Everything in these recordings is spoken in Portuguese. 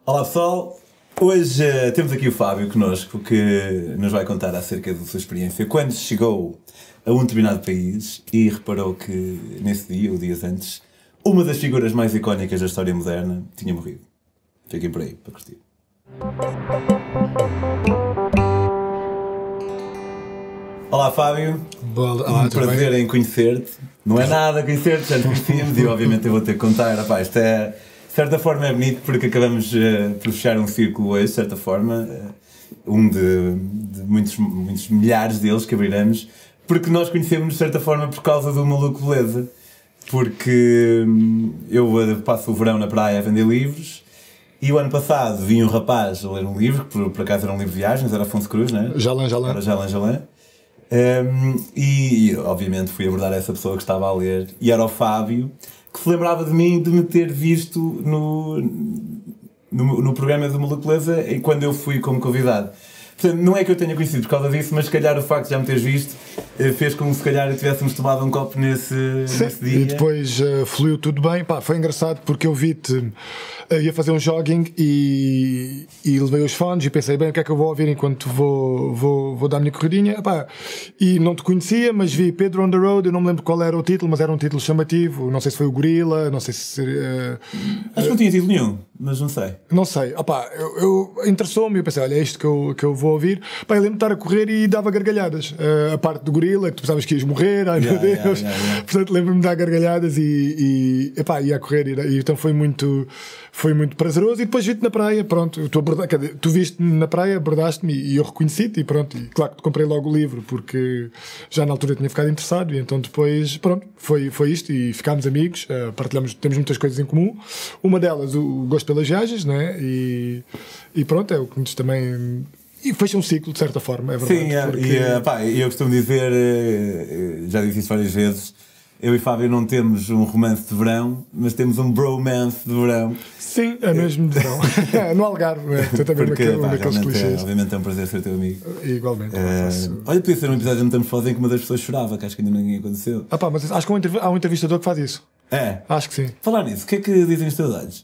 Olá pessoal, hoje temos aqui o Fábio connosco que nos vai contar acerca da sua experiência quando chegou a um determinado país e reparou que nesse dia, ou dias antes, uma das figuras mais icónicas da história moderna tinha morrido. Fiquem por aí para curtir. Olá Fábio, Olá, um prazer em conhecer-te. Não é nada conhecer-te, já te conhecíamos e obviamente eu vou ter que contar. Rapaz, isto é, de certa forma é bonito porque acabamos por fechar um círculo hoje, de certa forma, um de muitos milhares deles que abriremos, porque nós conhecemos de certa forma por causa do Maluco Beleza, porque eu passo o verão na praia a vender livros. E o ano passado vi um rapaz a ler um livro, que por acaso era um livro de viagens, era Afonso Cruz, não é? Jalan. Era Jalan. E obviamente fui abordar essa pessoa que estava a ler, e era o Fábio, que se lembrava de mim de me ter visto no programa do Maluco Beleza quando eu fui como convidado. Portanto, não é que eu tenha conhecido por causa disso, mas se calhar o facto de já me teres visto fez como se calhar tivéssemos tomado um copo nesse dia. E depois fluiu tudo bem. Pá, foi engraçado porque eu vi-te, ia fazer um jogging e levei os fones e pensei, bem, o que é que eu vou ouvir enquanto vou dar a minha corridinha? Pá, e não te conhecia, mas vi Pedro on the Road, eu não me lembro qual era o título, mas era um título chamativo, não sei se foi o Gorila, não sei se... Acho que não tinha título nenhum, mas não sei. Não sei, opá, eu interessou-me e eu pensei, olha, é isto que eu vou ouvir. Pá, eu lembro-me de estar a correr e dava gargalhadas. A parte do Gorila, que tu pensavas que ias morrer, ai meu Deus. Portanto, lembro-me de dar gargalhadas e ia a correr. E então foi muito prazeroso. E depois vi-te na praia, pronto. Tu viste-me na praia, abordaste-me e eu reconheci-te. E pronto, e claro que te comprei logo o livro, porque já na altura tinha ficado interessado. E então depois, pronto, foi isto. E ficámos amigos, temos muitas coisas em comum. Uma delas, o gosto pelas viagens, não é? E pronto, é o que nos também... E fecha um ciclo, de certa forma, é verdade. Sim, eu costumo dizer, já disse isso várias vezes, eu e Fábio não temos um romance de verão, mas temos um bromance de verão. Sim, é mesmo de verão. No Algarve, tu também naqueles clichês. Obviamente é um prazer ser teu amigo. Igualmente. Olha, podia ser um episódio de Metamorfose em que uma das pessoas chorava, que acho que ainda ninguém aconteceu. Mas acho que há um entrevistador que faz isso. É? Acho que sim. Falar nisso, o que é que dizem os teus dados?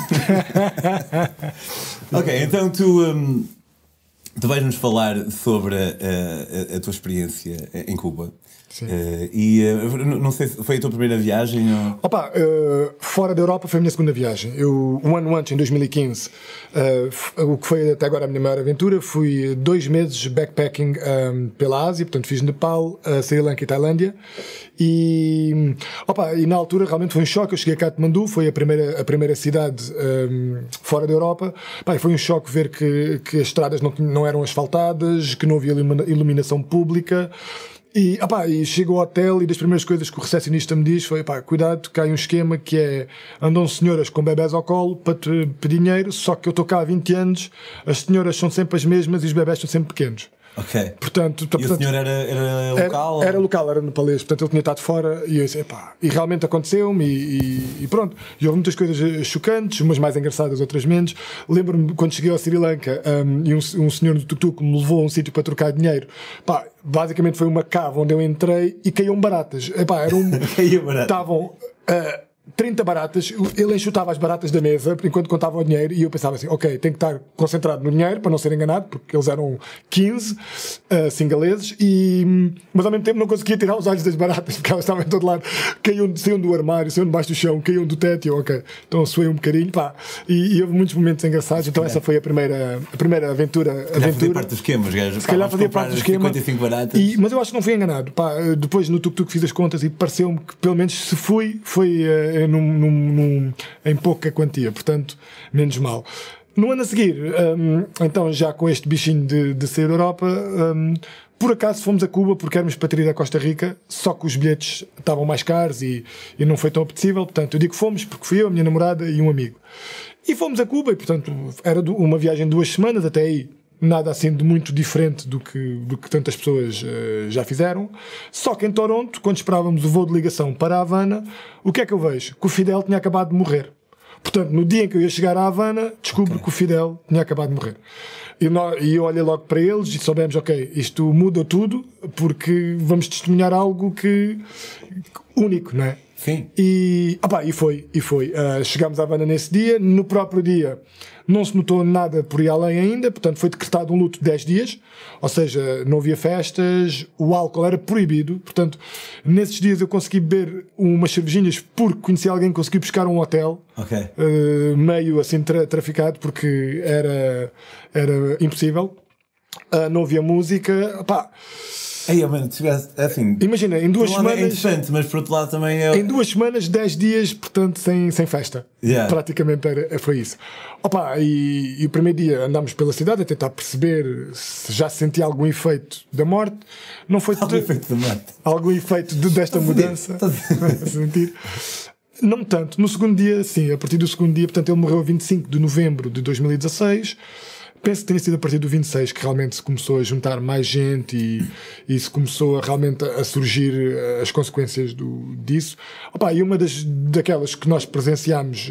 Ok, então tu vais-nos falar sobre a tua experiência em Cuba. Sim. Não sei se foi a tua primeira viagem ou... Fora da Europa foi a minha segunda viagem. Um ano antes, em 2015, o que foi até agora a minha maior aventura, fui 2 meses backpacking pela Ásia, portanto fiz Nepal, Sri Lanka e Tailândia. E na altura realmente foi um choque. Eu cheguei a Katmandu, foi a primeira cidade fora da Europa. Foi um choque ver que as estradas não eram asfaltadas, que não havia iluminação pública. E chego ao hotel e das primeiras coisas que o recepcionista me diz foi, cuidado, que há um esquema que é, andam senhoras com bebés ao colo para te pedir dinheiro, só que eu estou cá há 20 anos, as senhoras são sempre as mesmas e os bebés são sempre pequenos. Ok. Portanto, e o senhor era local? Era local, era nepalês, portanto ele tinha estado fora e eu disse, e realmente aconteceu-me e pronto. E houve muitas coisas chocantes, umas mais engraçadas, outras menos. Lembro-me quando cheguei ao Sri Lanka e um senhor do tuk-tuk me levou a um sítio para trocar dinheiro. Basicamente foi uma cave onde eu entrei e caíam baratas. Estavam 30 baratas, ele enxutava as baratas da mesa enquanto contava o dinheiro e eu pensava assim, ok, tenho que estar concentrado no dinheiro para não ser enganado, porque eles eram 15 singaleses, mas ao mesmo tempo não conseguia tirar os olhos das baratas porque elas estavam em todo lado, saíam do armário, saíam debaixo do chão, caíam do teto e eu, ok, então suei um bocadinho, e houve muitos momentos engraçados. Então essa foi a primeira aventura. Fazia parte do esquema, os gajos, se calhar fazia parte do esquema, 55 baratas. Mas eu acho que não fui enganado. Depois no tuk-tuk fiz as contas e pareceu-me que pelo menos se foi em pouca quantia, portanto, menos mal. No ano a seguir, então já com este bichinho de sair da Europa, por acaso fomos a Cuba porque éramos para ter ido a Costa Rica, só que os bilhetes estavam mais caros e não foi tão apetecível, portanto eu digo que fomos porque fui eu, a minha namorada e um amigo. E fomos a Cuba e portanto era uma viagem de 2 semanas, até aí nada assim de muito diferente do que tantas pessoas já fizeram. Só que em Toronto, quando esperávamos o voo de ligação para a Havana, o que é que eu vejo? Que o Fidel tinha acabado de morrer. Portanto, no dia em que eu ia chegar à Havana, descubro que o Fidel tinha acabado de morrer. E eu olhei logo para eles e soubemos, ok, isto muda tudo, porque vamos testemunhar algo único, não é? Sim. E foi. Chegámos à Havana nesse dia. No próprio dia não se notou nada por aí além ainda, portanto foi decretado um luto de 10 dias, ou seja, não havia festas, o álcool era proibido, portanto nesses dias eu consegui beber umas cervejinhas porque conheci alguém que conseguiu buscar um hotel, meio assim traficado, porque era impossível, não havia música, Mano, assim, imagina, em 2 semanas. É interessante, mas por outro lado também é. Em 2 semanas, 10 dias, portanto, sem festa. Praticamente foi isso. E o primeiro dia andámos pela cidade a tentar perceber se já se sentia algum efeito da morte. Não foi algum efeito da morte. Algum efeito desta mudança. A sentir. Não tanto. No segundo dia, sim, a partir do segundo dia, portanto, ele morreu a 25 de novembro de 2016. Penso que tenha sido a partir do 26 que realmente se começou a juntar mais gente e se começou realmente a surgir as consequências disso. E uma daquelas que nós presenciámos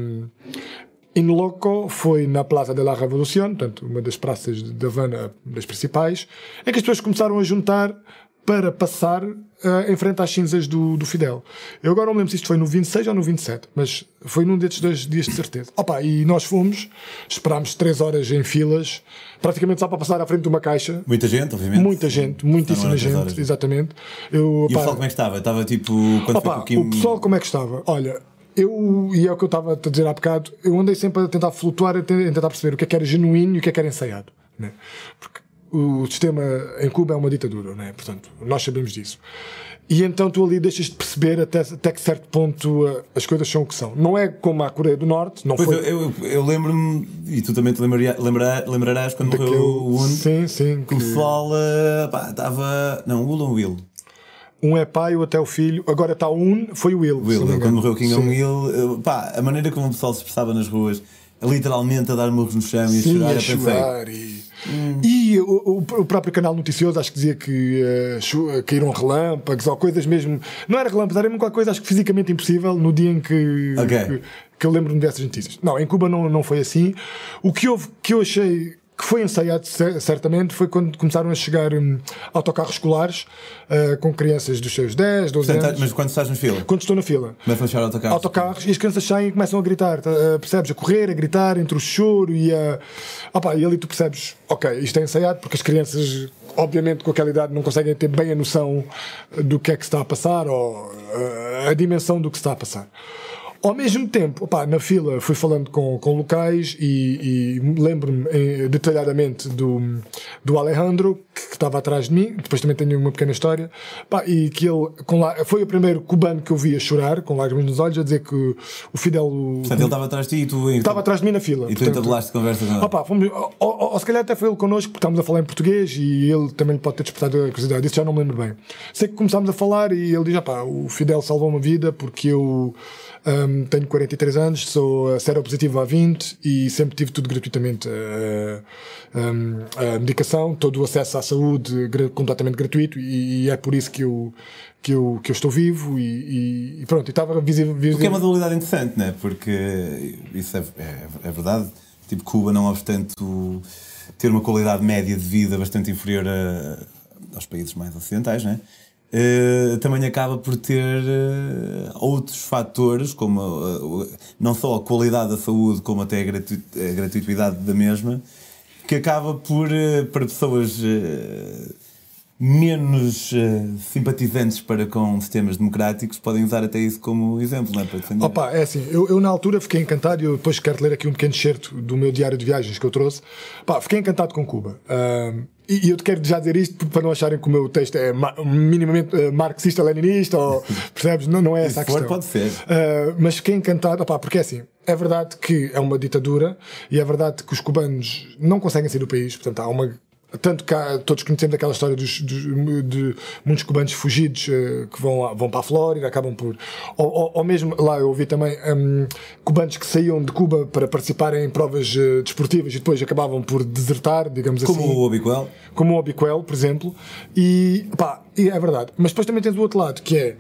in loco foi na Plaza de la Revolución, portanto, uma das praças de Havana, das principais, em que as pessoas começaram a juntar para passar em frente às cinzas do Fidel. Eu agora não me lembro se isto foi no 26 ou no 27, mas foi num destes 2 dias de certeza. E nós fomos, esperámos 3 horas em filas, praticamente só para passar à frente de uma caixa. Muita gente, obviamente. Muita gente, muitíssima gente, exatamente. E o pessoal como é que estava? Estava tipo... O pessoal como é que estava? Olha... e é o que eu estava a dizer há bocado, eu andei sempre a tentar flutuar, a tentar perceber o que era genuíno e o que era ensaiado, né? Porque o sistema em Cuba é uma ditadura, né? Portanto, nós sabemos disso. E então tu ali deixas de perceber até que certo ponto as coisas são o que são. Não é como a Coreia do Norte. Não foi... eu lembro-me, e tu também te lembrarás quando morreu o UN, sim, que o pessoal estava... Não, o Will. Um é pai, o outro é o filho. Agora está foi o Will. Quando morreu o Kim Jong-il, a maneira como o pessoal se expressava nas ruas, literalmente a dar murros no chão e a chorar. E o próprio canal noticioso acho que dizia que caíram relâmpagos ou coisas mesmo. Não era relâmpagos, era mesmo qualquer coisa, acho que fisicamente impossível no dia em que eu lembro-me dessas notícias. Não, em Cuba não foi assim. O que eu achei que foi ensaiado certamente foi quando começaram a chegar autocarros escolares com crianças dos seus 10, 12 anos. Mas quando estás na fila? Quando estou na fila. Começam a chegar autocarros e as crianças saem e começam a gritar, percebes? A correr, a gritar entre o choro e ali tu percebes, isto é ensaiado porque as crianças, obviamente com aquela idade, não conseguem ter bem a noção do que é que se está a passar ou a dimensão do que se está a passar. Ao mesmo tempo, na fila fui falando com locais e lembro-me detalhadamente do Alejandro, que estava atrás de mim. Depois também tenho uma pequena história, e que ele foi o primeiro cubano que eu vi a chorar, com lágrimas nos olhos, a dizer que o Fidel... Portanto, ele estava atrás de ti e tu... Estava atrás de mim na fila. E tu entabulaste conversa com ele? Ou se calhar até foi ele connosco, porque estávamos a falar em português e ele também pode ter despertado a curiosidade. Isso já não me lembro bem. Sei que começámos a falar e ele diz, o Fidel salvou uma vida porque eu... tenho 43 anos, sou seropositivo há 20 e sempre tive tudo gratuitamente, a medicação, todo o acesso à saúde completamente gratuito e é por isso que eu estou vivo e pronto, e estava visível. O que é uma dualidade interessante, não é? Porque isso é verdade, tipo Cuba, não obstante ter uma qualidade média de vida bastante inferior aos países mais ocidentais, não é? Também acaba por ter outros fatores, como não só a qualidade da saúde, como até a gratuidade da mesma, que acaba por, para pessoas menos simpatizantes para com sistemas democráticos, podem usar até isso como exemplo, não é? Para defender. É assim, eu na altura fiquei encantado e eu depois quero ler aqui um pequeno excerto do meu diário de viagens que eu trouxe. Fiquei encantado com Cuba. E eu te quero já dizer isto para não acharem que o meu texto é minimamente marxista-leninista, ou, percebes? Não é essa a questão. Pode ser. Mas fiquei encantado, porque é assim, é verdade que é uma ditadura e é verdade que os cubanos não conseguem sair do país, portanto há uma... Tanto que todos conhecemos aquela história de muitos cubanos fugidos que vão para a Flórida, acabam por... Ou mesmo, lá eu ouvi também cubanos que saíam de Cuba para participarem em provas desportivas e depois acabavam por desertar, digamos como assim. Como o Obiquel. Como o Obiquel, por exemplo. E é verdade. Mas depois também tens o outro lado, que é...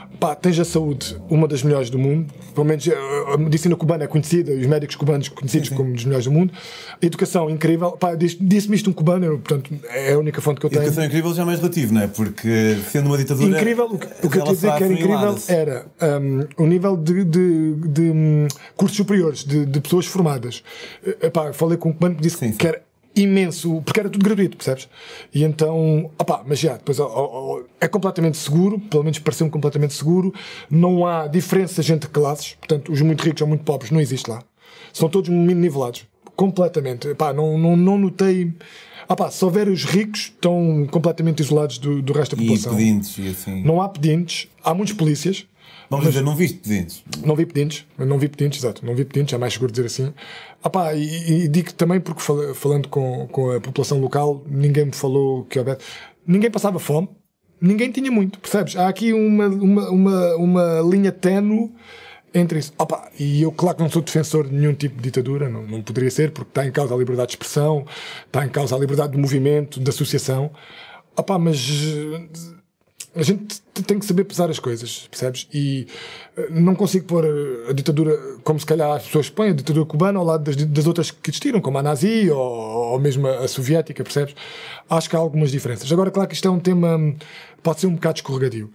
Pá, tens a saúde, uma das melhores do mundo, pelo menos a medicina cubana é conhecida, os médicos cubanos conhecidos como dos melhores do mundo. A educação incrível, pá, disse-me isto um cubano, portanto é a única fonte que eu tenho. A educação incrível já é mais relativo, não é? Porque sendo uma ditadura. Incrível, o que eu queria dizer que era incrível era o nível de cursos superiores, de pessoas formadas. Pá, falei com um cubano que disse que era imenso, porque era tudo gratuito, percebes? E então, mas já, depois é completamente seguro, pelo menos pareceu-me completamente seguro, não há diferenças entre classes, portanto, os muito ricos ou muito pobres não existe lá, são todos nivelados, completamente, não notei, se houver os ricos, estão completamente isolados do resto da população. E pedintes e assim. Não há pedintes, há muitos polícias. Vamos dizer, não viste pedintes? Não vi pedintes, exato, não vi pedintes, é mais seguro dizer assim. E digo também porque falando com a população local, ninguém me falou que houvesse. Ninguém passava fome, ninguém tinha muito, percebes? Há aqui uma linha ténue entre isso. E eu, claro que não sou defensor de nenhum tipo de ditadura, não poderia ser, porque está em causa a liberdade de expressão, está em causa a liberdade de movimento, de associação. Mas a gente tem que saber pesar as coisas, percebes? E não consigo pôr a ditadura, como se calhar as pessoas põem, a ditadura cubana ao lado das outras que existiram, como a nazi ou mesmo a soviética, percebes? Acho que há algumas diferenças. Agora, claro que isto é um tema, pode ser um bocado escorregadio.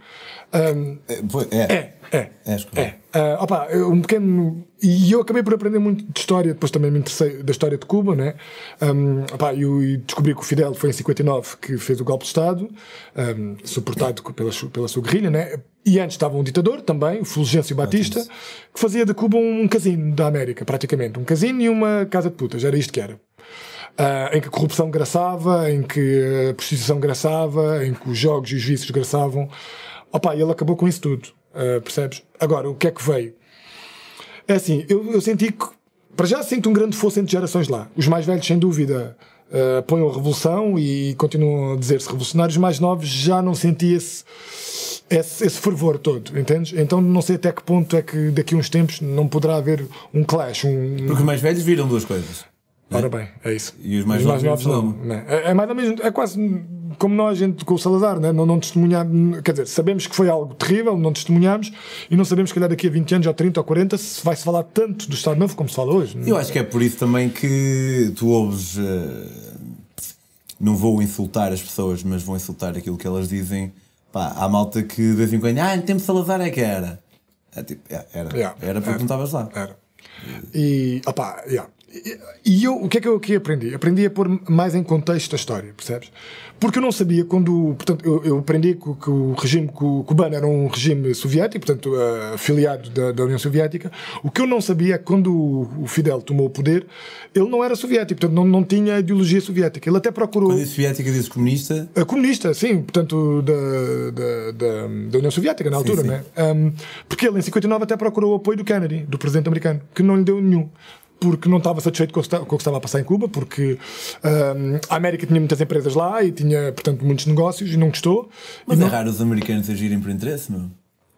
Um pequeno. E eu acabei por aprender muito de história, depois também me interessei da história de Cuba, né? E descobri que o Fidel foi em 59 que fez o golpe de Estado, suportado pela sua guerrilha, né? E antes estava um ditador também, o Fulgêncio Batista, que fazia de Cuba um casino da América, praticamente. Um casino e uma casa de putas, era isto que era. Em que a corrupção graçava, em que a prostituição graçava, em que os jogos e os vícios graçavam. E ele acabou com isso tudo, percebes? Agora, o que é que veio? É assim, eu senti que, para já sinto um grande fosso entre gerações lá. Os mais velhos, sem dúvida, apoiam a revolução e continuam a dizer-se revolucionários. Os mais novos já não senti esse fervor todo, entendes? Então não sei até que ponto é que daqui a uns tempos não poderá haver um clash. Porque os mais velhos viram duas coisas. Ora bem, é isso. E os mais novos não. É mais ou menos, é quase como nós, gente, com o Salazar, né? Não testemunhamos, quer dizer, sabemos que foi algo terrível, não testemunhamos e não sabemos, se calhar, daqui a 20 anos ou 30 ou 40 se vai-se falar tanto do Estado Novo como se fala hoje. Eu acho que é por isso também que tu ouves, não vou insultar as pessoas, mas vou insultar aquilo que elas dizem. Há malta que de vez em quando, no tempo de Salazar é que era. Era porque não estavas lá. Era. E eu, o que é que eu aqui aprendi? Aprendi a pôr mais em contexto a história, percebes? Porque eu não sabia quando... Portanto, eu aprendi que o regime cubano era um regime soviético, portanto, afiliado da União Soviética. O que eu não sabia é que quando o Fidel tomou o poder, ele não era soviético, portanto, não tinha ideologia soviética. Ele até procurou... Quando diz soviética, diz comunista? Comunista, sim, portanto, da União Soviética, na altura, né? Porque ele, em 59, até procurou o apoio do Kennedy, do presidente americano, que não lhe deu nenhum. Porque não estava satisfeito com o que estava a passar em Cuba, porque a América tinha muitas empresas lá e tinha, portanto, muitos negócios e não gostou. Mas é raro os americanos agirem por interesse, não?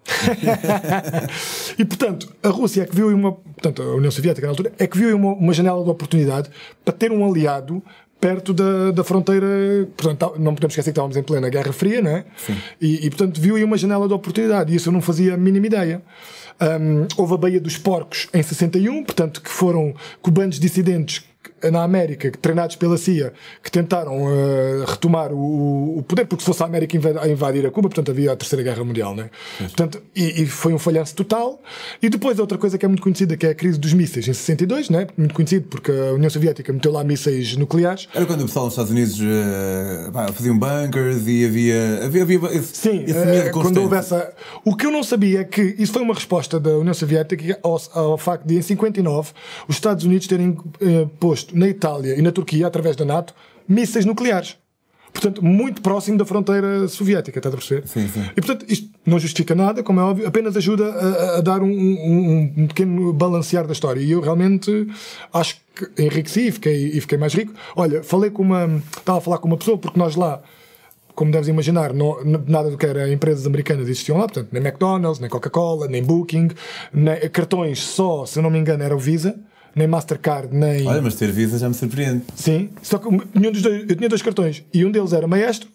E, portanto, a Rússia é que viu portanto, a União Soviética na altura, é que viu uma janela de oportunidade para ter um aliado perto da fronteira. Portanto, não podemos esquecer que estávamos em plena Guerra Fria, não é? Sim. E, portanto, viu aí uma janela de oportunidade e isso eu não fazia a mínima ideia. Houve a Baía dos Porcos em 61, portanto, que foram cubanos dissidentes na América, treinados pela CIA, que tentaram retomar o poder, porque se fosse a América a invadir a Cuba, portanto havia a Terceira Guerra Mundial, né? Portanto, e foi um falhanço total. E depois outra coisa que é muito conhecida, que é a crise dos mísseis em 62, né? Muito conhecido porque a União Soviética meteu lá mísseis nucleares. Era quando o pessoal nos Estados Unidos faziam bunkers e havia esse medo quando houve essa... O que eu não sabia é que isso foi uma resposta da União Soviética ao facto de, em 59, os Estados Unidos terem posto na Itália e na Turquia, através da NATO, mísseis nucleares. Portanto, muito próximo da fronteira soviética, estás a perceber? Sim, sim. E, portanto, isto não justifica nada, como é óbvio, apenas ajuda a dar um pequeno balancear da história. E eu realmente acho que enriqueci e fiquei mais rico. Olha, estava a falar com uma pessoa, porque nós lá, como deves imaginar, nada do que era empresas americanas existiam lá, portanto, nem McDonald's, nem Coca-Cola, nem Booking, nem cartões só, se eu não me engano, era o Visa. Nem Mastercard, nem... Olha, mas ter Visa já me surpreende. Sim, só que eu tinha dois cartões e um deles era Maestro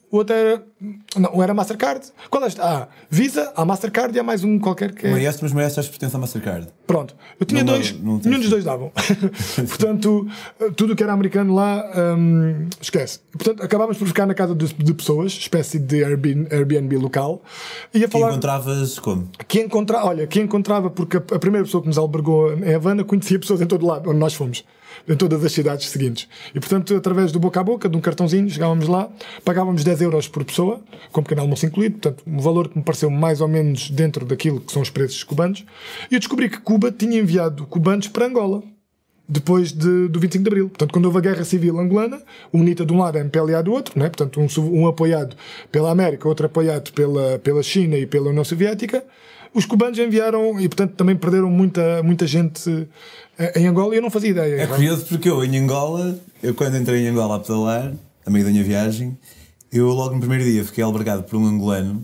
o outro era... Não, era Mastercard. Qual é este? Visa, há Mastercard e há mais um qualquer que é... Mas Maestro acho que pertence à Mastercard. Pronto. Eu tinha dois, nenhum dos dois davam. Portanto, tudo o que era americano lá, esquece. Portanto, acabámos por ficar na casa de pessoas, espécie de Airbnb local. E a falar... Que encontravas como? Que encontrava, porque a primeira pessoa que nos albergou em Havana conhecia pessoas em todo lado, onde nós fomos. Em todas as cidades seguintes. E, portanto, através do boca a boca, de um cartãozinho, chegávamos lá, pagávamos 10 euros por pessoa, com pequeno almoço incluído, portanto, um valor que me pareceu mais ou menos dentro daquilo que são os preços cubanos. E eu descobri que Cuba tinha enviado cubanos para Angola, depois do 25 de Abril. Portanto, quando houve a Guerra Civil Angolana, o UNITA de um lado, a MPLA do outro, né? Portanto, um apoiado pela América, outro apoiado pela China e pela União Soviética, os cubanos enviaram e, portanto, também perderam muita gente em Angola e eu não fazia ideia. É curioso porque eu quando entrei em Angola a pedalar, a meio da minha viagem, eu logo no primeiro dia fiquei albergado por um angolano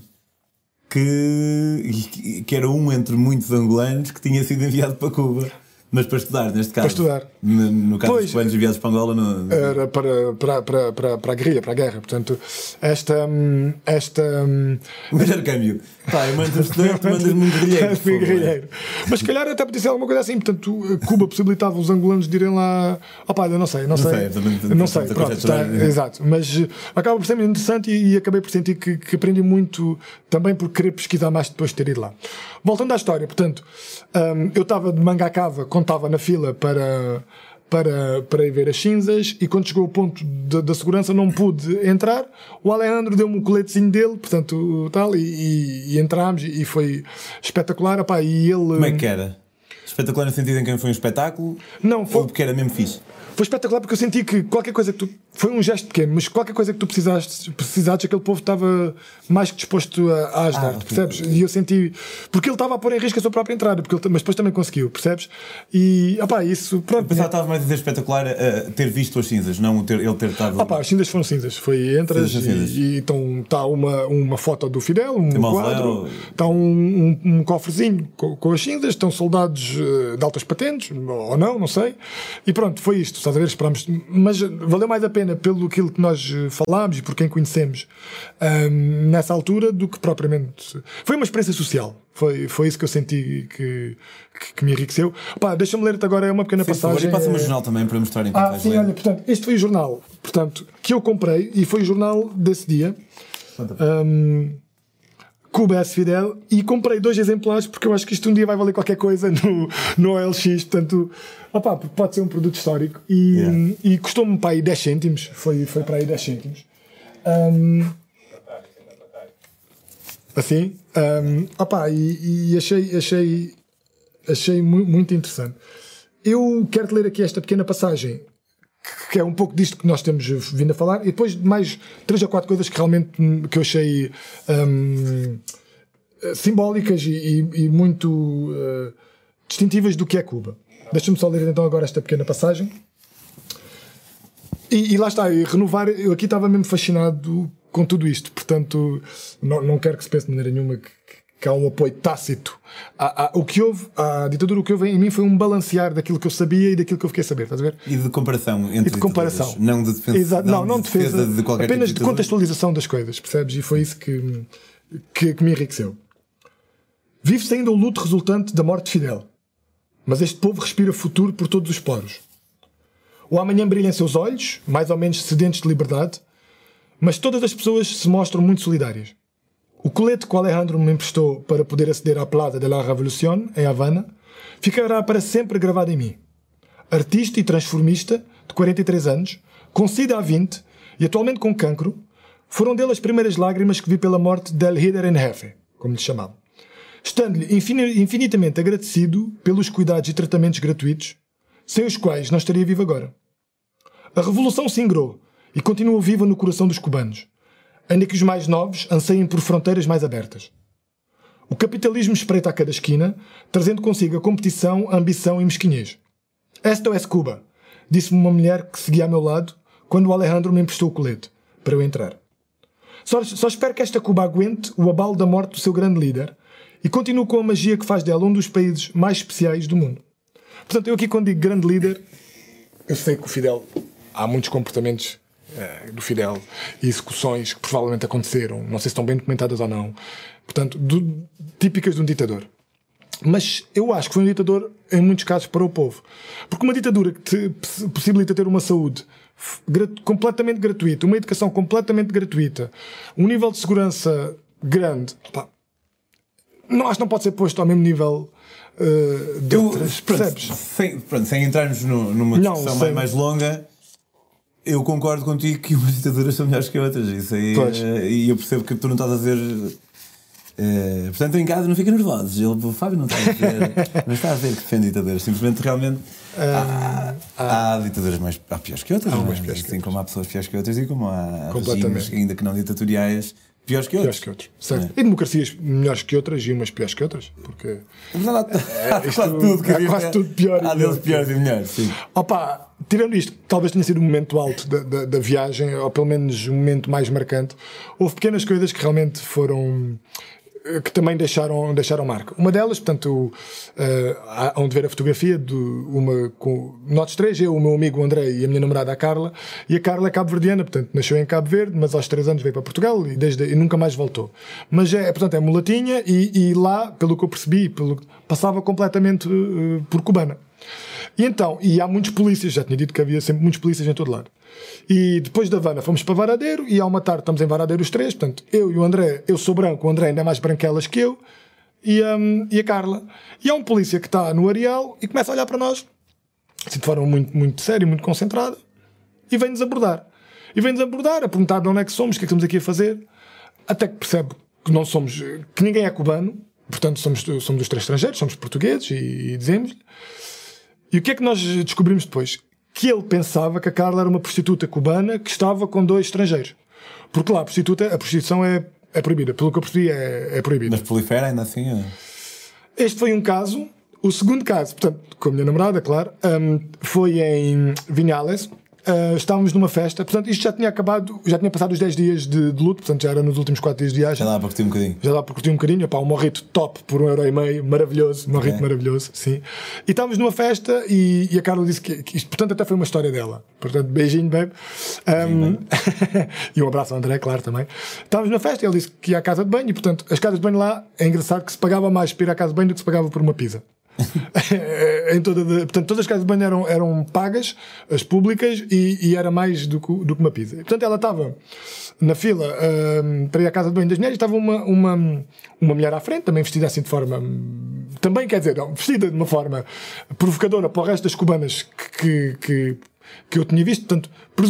que era um entre muitos angolanos que tinha sido enviado para Cuba. Mas para estudar, neste caso. Para estudar. No caso dos cubanos enviados para Angola... Era para a guerrilha, para a guerra. Portanto, esta... Melhor câmbio. Pá, eu mando estudante, tu mandas-me um guerrilheiro. Mas se calhar até podia ser alguma coisa assim. Portanto, Cuba possibilitava os angolanos de irem lá... eu não sei. Não sei, pronto, exato. Mas acaba por ser muito interessante e acabei por sentir que aprendi muito também por querer pesquisar mais depois de ter ido lá. Voltando à história, portanto, eu estava de manga à cava quando estava na fila para ir ver as cinzas e quando chegou o ponto da segurança não pude entrar. O Alejandro deu-me o coletezinho dele, portanto, tal, e entrámos e foi espetacular. E ele... Como é que era? Espetacular no sentido em que foi um espetáculo? Não, foi... Ou porque era mesmo fixe? Foi espetacular porque eu senti que qualquer coisa que tu... Foi um gesto pequeno, mas qualquer coisa que tu precisasses, aquele povo estava mais que disposto a ajudar-te, percebes? E eu senti... Porque ele estava a pôr em risco a sua própria entrada, mas depois também conseguiu, percebes? E, isso... Pronto, eu pensava que estava mais a dizer espetacular ter visto as cinzas, não ele ter estado... as cinzas foram cinzas. Foi entras e então está uma foto do Fidel, um quadro, está um cofrezinho com as cinzas, estão soldados de altas patentes, ou não sei. E pronto, foi isto, estás a ver? Esperámos, mas valeu mais a pena pelo aquilo que nós falámos e por quem conhecemos nessa altura do que propriamente... Foi uma experiência social. Foi isso que eu senti que me enriqueceu. Deixa-me ler-te agora uma pequena passagem. E passa-me o jornal também para mostrar enquanto vais ler. Olha, portanto, este foi o jornal que eu comprei e foi o jornal desse dia. Cuba S. Fidel, e comprei 2 exemplares porque eu acho que isto um dia vai valer qualquer coisa no OLX, portanto, pode ser um produto histórico e custou-me para aí 10 cêntimos, foi para aí 10 cêntimos. Assim, e achei muito interessante. Eu quero-te ler aqui esta pequena passagem que é um pouco disto que nós temos vindo a falar, e depois mais 3 ou 4 coisas que realmente que eu achei simbólicas e muito distintivas do que é Cuba. Deixa-me só ler então agora esta pequena passagem. E lá está, renovar, eu aqui estava mesmo fascinado com tudo isto, portanto não quero que se pense de maneira nenhuma que há um apoio tácito. O que houve, a ditadura, o que houve em mim foi um balancear daquilo que eu sabia e daquilo que eu fiquei a saber, estás a ver? E de comparação entre comparação. Não de defesa. Exato. Não de defesa de qualquer apenas tipo de contextualização das coisas, percebes? E foi isso que me enriqueceu. Vive-se ainda o luto resultante da morte de Fidel, mas este povo respira futuro por todos os poros. O amanhã brilha em seus olhos, mais ou menos sedentes de liberdade, mas todas as pessoas se mostram muito solidárias. O colete que o Alejandro me emprestou para poder aceder à Plaza de la Revolución, em Havana, ficará para sempre gravado em mim. Artista e transformista, de 43 anos, com SIDA há 20 e atualmente com cancro, foram dele as primeiras lágrimas que vi pela morte del líder en jefe, como lhe chamavam. Estando-lhe infinitamente agradecido pelos cuidados e tratamentos gratuitos, sem os quais não estaria vivo agora. A revolução se ingrou e continua viva no coração dos cubanos, ainda que os mais novos anseiem por fronteiras mais abertas. O capitalismo espreita a cada esquina, trazendo consigo a competição, a ambição e mesquinhez. Esto es Cuba, disse-me uma mulher que seguia ao meu lado quando o Alejandro me emprestou o colete, para eu entrar. Só espero que esta Cuba aguente o abalo da morte do seu grande líder e continue com a magia que faz dela um dos países mais especiais do mundo. Portanto, eu aqui quando digo grande líder, eu sei que o Fidel há muitos comportamentos do Fidel e execuções que provavelmente aconteceram, não sei se estão bem documentadas ou não, portanto, típicas de um ditador. Mas eu acho que foi um ditador, em muitos casos, para o povo. Porque uma ditadura que te possibilita ter uma saúde completamente gratuita, uma educação completamente gratuita, um nível de segurança grande, pá, acho que não pode ser posto ao mesmo nível de outras, percebes? Sem entrarmos numa discussão mais longa, eu concordo contigo que umas ditaduras são melhores que outras. Isso aí, e eu percebo que tu não estás a ver. Portanto, em casa não fica nervoso. O Fábio não está a ver, não está a ver que defende ditaduras. Simplesmente, realmente, há ditaduras piores que outras. Assim como há pessoas piores que outras e como há regimes, ainda que não ditatoriais, piores que outros. Certo. E democracias melhores que outras e umas piores que outras. Porque há quase tudo pior. Há deles piores e melhores. Sim. Opa, tirando isto, talvez tenha sido o momento alto da viagem, ou pelo menos o momento mais marcante. Houve pequenas coisas que realmente foram. Que também deixaram marca. Uma delas, portanto, há onde ver a fotografia de uma com nós três, eu, o meu amigo André e a minha namorada a Carla, e a Carla é cabo-verdiana, portanto, nasceu em Cabo Verde, mas aos 3 anos veio para Portugal e nunca mais voltou. Mas portanto, é mulatinha e lá, pelo que eu percebi, passava completamente por cubana. E então, há muitos polícias, já tinha dito que havia sempre muitos polícias em todo lado. E depois da Havana fomos para Varadeiro, e há uma tarde estamos em Varadeiro os três, portanto, eu e o André, eu sou branco, o André ainda é mais branquelas que eu, e a Carla. E há um polícia que está no areal e começa a olhar para nós, assim, de forma muito, muito séria, muito concentrada, e vem-nos abordar. A perguntar de onde é que somos, o que é que estamos aqui a fazer, até que percebe que não somos, que ninguém é cubano, portanto somos os 3 estrangeiros, somos portugueses, e dizemos-lhe. E o que é que nós descobrimos depois? Que ele pensava que a Carla era uma prostituta cubana que estava com 2 estrangeiros. Porque lá a prostituição é proibida. Pelo que eu percebi, é proibida. Mas prolifera ainda assim? Este foi um caso. O segundo caso, portanto, com a minha namorada, claro, foi em Vinhales. Estávamos numa festa, portanto, isto já tinha acabado, já tinha passado os 10 dias de luto, portanto, já era nos últimos 4 dias de viagem. Já dá para curtir um bocadinho. Um morrito top por €1,50, maravilhoso, maravilhoso, sim. E estávamos numa festa e a Carla disse que isto, portanto, até foi uma história dela. Portanto, beijinho, babe. E um abraço ao André, claro, também. Estávamos na festa e ele disse que ia à casa de banho e, portanto, as casas de banho lá, é engraçado que se pagava mais para ir à casa de banho do que se pagava por uma pizza. Portanto, todas as casas de banho eram pagas, as públicas, e era mais do que uma pizza. E, portanto, ela estava na fila para ir à casa de banho das mulheres, e estava uma mulher à frente, também vestida assim de forma, também quer dizer, vestida de uma forma provocadora para o resto das cubanas que eu tinha visto, portanto,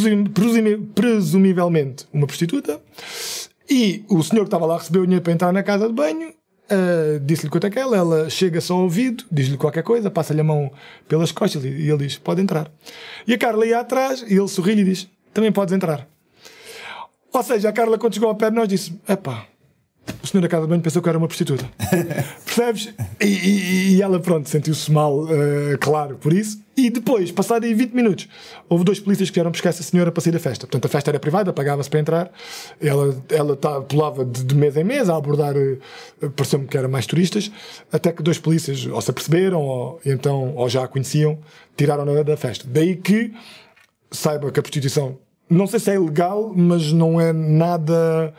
presumivelmente uma prostituta. E o senhor que estava lá recebeu o dinheiro para entrar na casa de banho. Disse-lhe quanto é que ela chega só ao ouvido, diz-lhe qualquer coisa, passa-lhe a mão pelas costas e ele diz, pode entrar. E a Carla ia atrás e ele sorri e diz, também podes entrar. Ou seja, a Carla, quando chegou ao pé de nós, disse, epá, o senhor da casa de banho pensou que eu era uma prostituta. Percebes? E ela, pronto, sentiu-se mal, claro, por isso. E depois, passado aí 20 minutos, houve 2 polícias que vieram buscar essa senhora para sair da festa. Portanto, a festa era privada, pagava-se para entrar. Ela pulava de mesa em mesa a abordar, pareceu-me que eram mais turistas, até que 2 polícias ou se aperceberam ou já a conheciam, tiraram-na da festa. Daí que saiba que a prostituição, não sei se é ilegal, mas não é nada...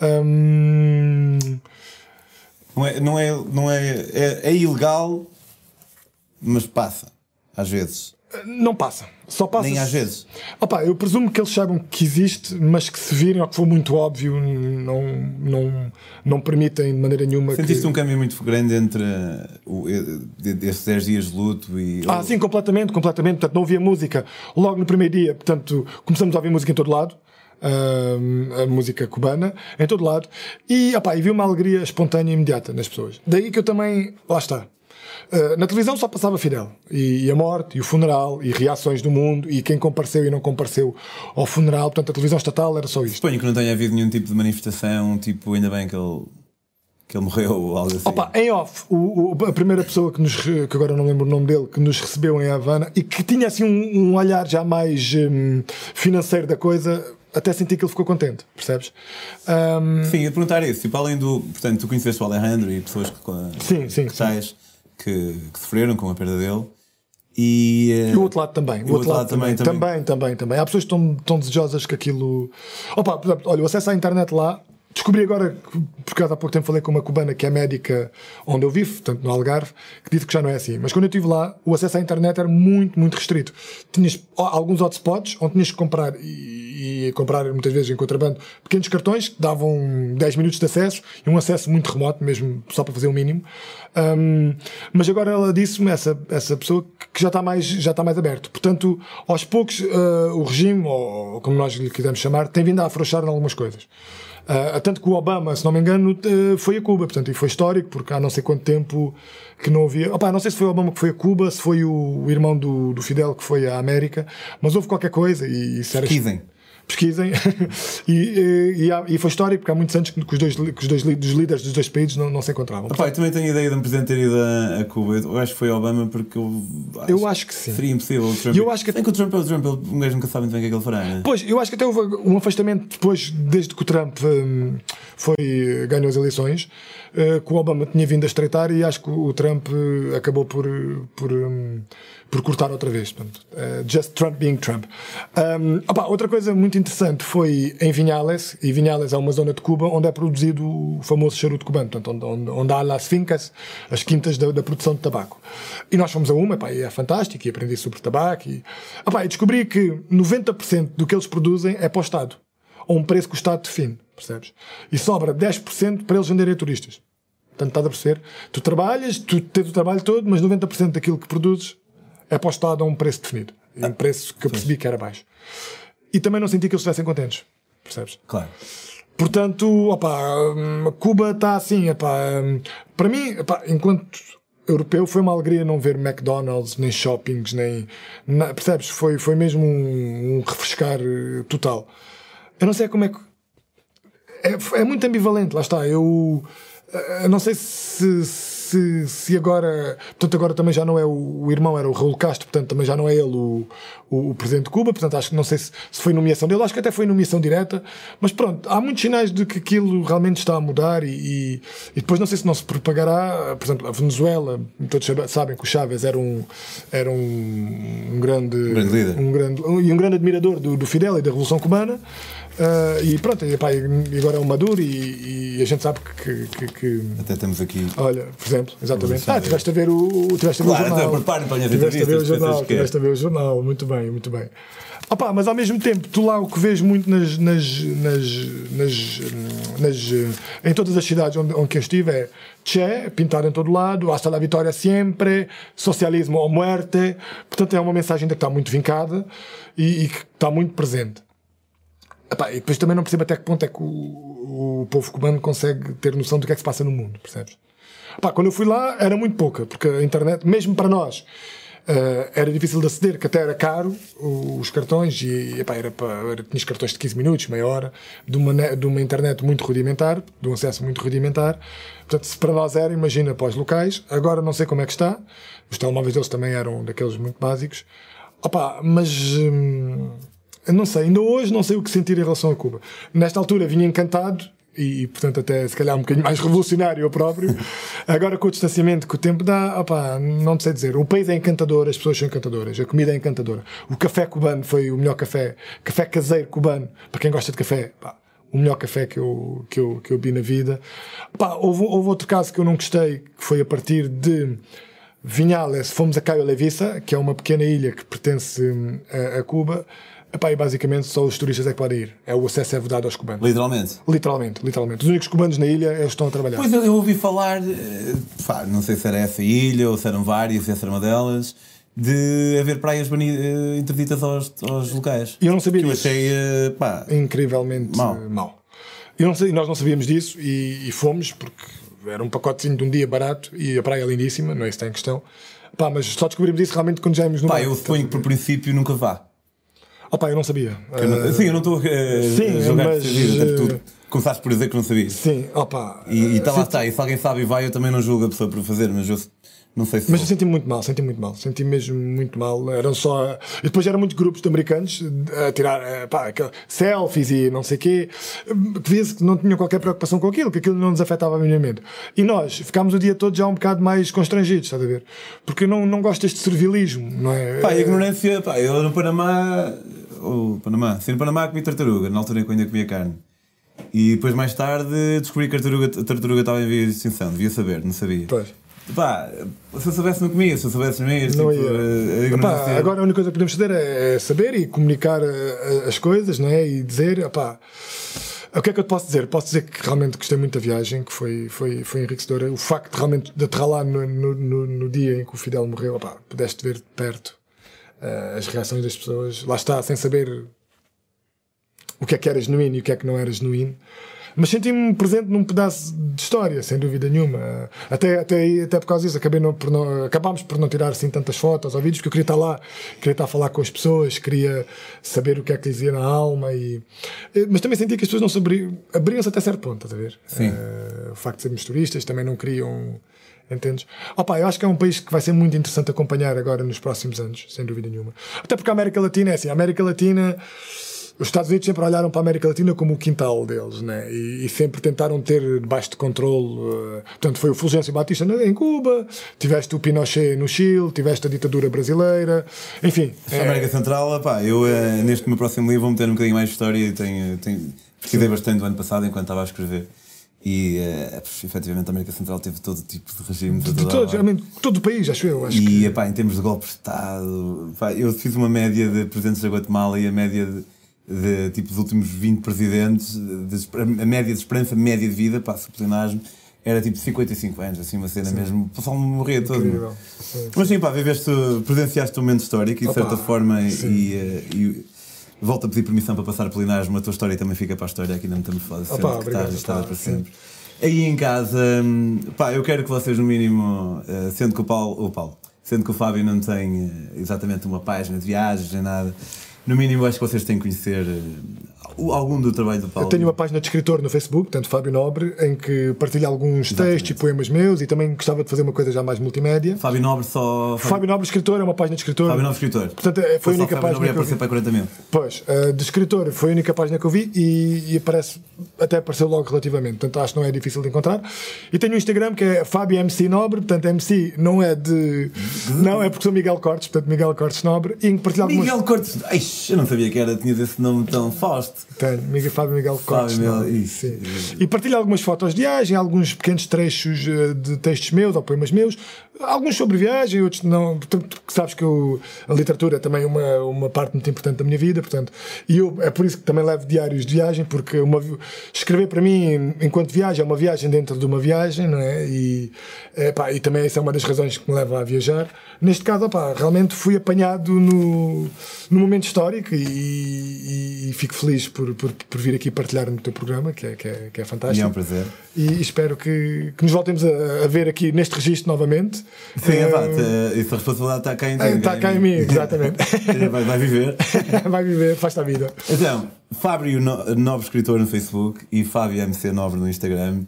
É ilegal, mas passa. Às vezes. Não passa. Só passa. Nem às vezes. Opa, eu presumo que eles saibam que existe, mas que se virem ou que for muito óbvio, não permitem de maneira nenhuma. Sentiste um câmbio muito grande entre esses 10 dias de luto e. Sim, completamente. Portanto, não ouvia música. Logo no primeiro dia, portanto, começamos a ouvir música em todo lado. A música cubana em todo lado. E vi uma alegria espontânea e imediata nas pessoas. Daí que eu também. Lá está. Na televisão só passava Fidel e a morte, e o funeral, e reações do mundo, e quem compareceu e não compareceu ao funeral. Portanto, a televisão estatal era só isto. Suponho que não tenha havido nenhum tipo de manifestação, tipo, ainda bem que ele morreu ou algo assim. Em off, a primeira pessoa que agora não lembro o nome dele, que nos recebeu em Havana e que tinha assim um olhar já mais financeiro da coisa, até senti que ele ficou contente, percebes? Sim, ia perguntar isso. Tipo, além do. Portanto, tu conheceste o Alejandro e pessoas que sim. que sofreram com a perda dele. E o outro lado também. O outro lado também. Há pessoas que estão desejosas que aquilo. Opa, por exemplo, olha, o acesso à internet lá. Descobri agora, porque há pouco tempo falei com uma cubana que é médica onde eu vivo, portanto no Algarve, que disse que já não é assim. Mas quando eu estive lá, o acesso à internet era muito, muito restrito. Tinhas alguns hotspots onde tinhas que comprar, e comprar muitas vezes em contrabando, pequenos cartões que davam 10 minutos de acesso e um acesso muito remoto, mesmo só para fazer o mínimo. Mas agora ela disse-me, essa pessoa, que já está mais aberto. Portanto, aos poucos, o regime, ou como nós lhe quisermos chamar, tem vindo a afrouxar em algumas coisas. Tanto que o Obama, se não me engano, foi a Cuba, portanto, e foi histórico, porque há não sei quanto tempo que não havia. Opa, não sei se foi o Obama que foi a Cuba, se foi o irmão do Fidel que foi à América, mas houve qualquer coisa e isso era. Pesquisem. e foi histórico, porque há muitos anos que os dois líderes dos dois países não se encontravam. Opa, eu também tenho a ideia de um presidente ter ido a Cuba. Eu acho que foi Obama, porque eu acho que sim. Seria impossível o Trump. Eu acho que o Trump, um gajo nunca sabe muito bem o que é que ele fará. Né? Pois, eu acho que até houve um afastamento depois, desde que o Trump ganhou as eleições, que o Obama tinha vindo a estreitar, e acho que o Trump acabou por cortar outra vez. Portanto, just Trump being Trump. Outra coisa muito interessante foi em Vinhales, e Vinhales é uma zona de Cuba onde é produzido o famoso charuto cubano, portanto, onde há as fincas, as quintas da produção de tabaco. E nós fomos a uma, e é fantástico, e aprendi sobre tabaco, e descobri que 90% do que eles produzem é para o Estado, a um preço que o Estado define, percebes? E sobra 10% para eles venderem a turistas. Portanto, estás a perceber? Tu trabalhas, tu tens o trabalho todo, mas 90% daquilo que produzes é para o Estado a um preço definido. E um preço que eu percebi que era baixo. E também não senti que eles estivessem contentes. Percebes? Claro. Portanto, Cuba está assim. Para mim, enquanto europeu, foi uma alegria não ver McDonald's, nem shoppings, percebes? Foi mesmo um refrescar total. Eu não sei como é que... É muito ambivalente, lá está. Eu não sei se agora... Portanto, agora também já não é o irmão, era o Raul Castro, portanto também já não é ele o presidente de Cuba, portanto acho que não sei se foi nomeação dele, acho que até foi nomeação direta, mas pronto, há muitos sinais de que aquilo realmente está a mudar, e depois não sei se não se propagará. Por exemplo, a Venezuela, todos sabem que o Chávez era um grande líder, um grande admirador do Fidel e da Revolução Cubana. E pronto, e agora é o Maduro, e a gente sabe que até temos aqui. Olha, por exemplo, exatamente. Tiveste a ver o jornal. Tiveste a ver o jornal, muito bem. Mas ao mesmo tempo, tu lá o que vês muito em todas as cidades onde eu estive é Che, pintado em todo lado, hasta la vitória sempre, socialismo ou muerte. Portanto, é uma mensagem que está muito vincada e que está muito presente. E depois também não percebo até que ponto é que o povo cubano consegue ter noção do que é que se passa no mundo, percebes? Quando eu fui lá era muito pouca, porque a internet, mesmo para nós, era difícil de aceder, que até era caro os cartões, e tinhas cartões de 15 minutos, meia hora, de uma internet muito rudimentar, de um acesso muito rudimentar. Portanto, se para nós era, imagina para os locais. Agora não sei como é que está, os telemóveis deles também eram daqueles muito básicos. Mas... eu não sei, ainda hoje não sei o que sentir em relação a Cuba. Nesta altura vinha encantado e portanto até se calhar um bocadinho mais revolucionário eu próprio. Agora com o distanciamento que o tempo dá, não sei dizer. O país é encantador, as pessoas são encantadoras, a comida é encantadora. O café cubano foi o melhor café caseiro cubano, para quem gosta de café, o melhor café que eu vi na vida. Houve outro caso que eu não gostei, que foi a partir de Vinhales, fomos a Cayo Levisa, que é uma pequena ilha que pertence a Cuba. E basicamente só os turistas é que podem ir. O acesso é vedado aos cubanos. Literalmente. Os únicos cubanos na ilha eles estão a trabalhar. Pois eu ouvi falar, não sei se era essa ilha ou se eram várias, se essa era uma delas, de haver praias interditas aos locais. E eu não sabia disso. Eu achei incrivelmente mau. Nós não sabíamos disso e fomos, porque era um pacotezinho de um dia barato e a praia é lindíssima, não é isso que está em questão. Mas só descobrimos isso realmente quando já íamos no mar. Eu suponho que por princípio nunca vá. Eu não sabia. Eu não estou a jogar mas tu começaste por dizer que não sabia. Sim, E está lá está. E se alguém sabe e vai, eu também não julgo a pessoa por fazer, mas Não sei se Mas eu senti muito mal, senti mesmo muito mal. Eram só. E depois eram muitos grupos de americanos a tirar selfies e não sei o quê, que via-se que não tinham qualquer preocupação com aquilo, que aquilo não nos afetava minimamente. E nós ficámos o dia todo já um bocado mais constrangidos, estás a ver? Porque eu não gosto deste servilismo, não é? A ignorância, eu no Panamá, sim, no Panamá comi tartaruga, na altura em que eu ainda comia carne. E depois mais tarde descobri que a tartaruga estava em via de extinção, devia saber, não sabia. Pois. Se eu soubesse não comia, se eu soubesse não ia. Tipo, agora a única coisa que podemos fazer é saber e comunicar as coisas, não é? E dizer, o que é que eu te posso dizer? Posso dizer que realmente gostei muito da viagem, que foi enriquecedora. O facto de realmente de aterrar lá no dia em que o Fidel morreu, pudeste ver de perto as reações das pessoas, lá está, sem saber o que é que era genuíno e o que é que não era genuíno. Mas senti-me presente num pedaço de história, sem dúvida nenhuma. Até por causa disso, acabámos por não tirar assim tantas fotos ou vídeos, porque eu queria estar lá, queria estar a falar com as pessoas, queria saber o que é que dizia na alma. Mas também senti que as pessoas não se abriam-se até certo ponto, estás a ver? Sim. O facto de sermos turistas também não queriam. Entendes? Eu acho que é um país que vai ser muito interessante acompanhar agora nos próximos anos, sem dúvida nenhuma. Até porque a América Latina é assim, a América Latina. Os Estados Unidos sempre olharam para a América Latina como o quintal deles, né? E sempre tentaram ter debaixo de controle. Portanto, foi o Fulgêncio Batista em Cuba, tiveste o Pinochet no Chile, tiveste a ditadura brasileira, enfim. A América Central, eu neste meu próximo livro vou meter um bocadinho mais de história e pesquisei bastante do ano passado enquanto estava a escrever. E efetivamente a América Central teve todo tipo de regimes. Todo o país, acho eu. Em termos de golpe de Estado, eu fiz uma média de presidentes da Guatemala e a média dos últimos 20 presidentes, a média de esperança média de vida, sublinagem, era tipo 55 anos, assim, uma cena sim. Mesmo, o pessoal morria todo. Mas sim, presenciaste um momento histórico e de certa forma, e volto a pedir permissão para passar por Linares, mas a tua história também fica para a história aqui na Metamorfose, que está para sempre. Aí em casa, eu quero que vocês, no mínimo, sendo que o Fábio não tem exatamente uma página de viagens nem nada. No mínimo, acho que vocês têm que conhecer algum do trabalho do Paulo. Eu tenho uma página de escritor no Facebook, portanto, Fábio Nobre, em que partilho alguns textos e poemas meus e também gostava de fazer uma coisa já mais multimédia. Fábio Nobre Fábio Nobre escritor, é uma página de escritor. Fábio Nobre escritor. Portanto, foi a única página que eu vi. Para 40 mil. Pois, de escritor foi a única página que eu vi e até apareceu logo relativamente. Portanto, acho que não é difícil de encontrar. E tenho um Instagram que é Fábio MC Nobre, portanto, MC não é de... Não, é porque sou Miguel Cortes, portanto, Miguel Cortes Nobre. E partilho algumas... Miguel Cortes... eu não sabia que tinhas esse nome tão forte. Tenho, Fábio Miguel Cortes. E partilho algumas fotos de viagem, alguns pequenos trechos de textos meus ou poemas meus, alguns sobre viagem, outros não. Portanto, sabes que a literatura é também uma parte muito importante da minha vida, portanto, e é por isso que também levo diários de viagem, porque escrever para mim enquanto viagem é uma viagem dentro de uma viagem, não é? E também essa é uma das razões que me leva a viajar. Neste caso, realmente fui apanhado no momento histórico e fico feliz por vir aqui partilhar no teu programa, que é fantástico. E é um prazer. E espero que nos voltemos a ver aqui neste registro novamente. Sim, essa responsabilidade está cá em ti. Está cá em mim, exatamente. Vai viver. Vai viver, faz-te a vida. Então, Fábio Nobre Escritor no Facebook e Fábio MC Nobre no Instagram.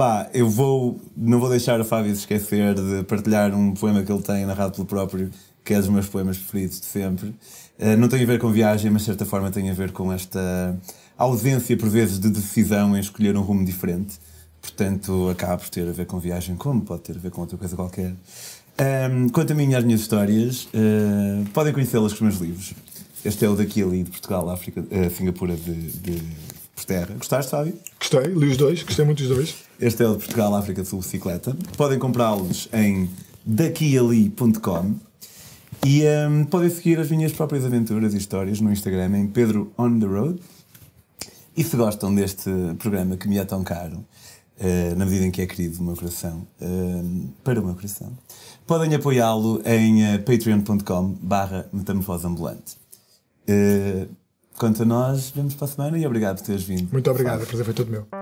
Não vou deixar a Fábio se esquecer de partilhar um poema que ele tem narrado pelo próprio, que é dos meus poemas preferidos de sempre. Não tem a ver com viagem, mas de certa forma tem a ver com esta ausência, por vezes, de decisão em escolher um rumo diferente. Portanto, acaba por ter a ver com viagem, como pode ter a ver com outra coisa qualquer. Quanto a mim e às minhas histórias, podem conhecê-las com os meus livros. Este é o daqui ali, de Portugal, África, Singapura por terra. Gostaste, Fábio? Gostei, li os dois, gostei muito dos dois. Este é o de Portugal, África Sul, bicicleta. Podem comprá-los em daquiali.com e podem seguir as minhas próprias aventuras e histórias no Instagram em Pedro on the Road. E se gostam deste programa que me é tão caro, na medida em que é querido do meu coração, para o meu coração, podem apoiá-lo em patreon.com/metamorfoseambulante. Quanto a nós, vemos para a semana e obrigado por teres vindo. Muito obrigado, o prazer foi todo meu.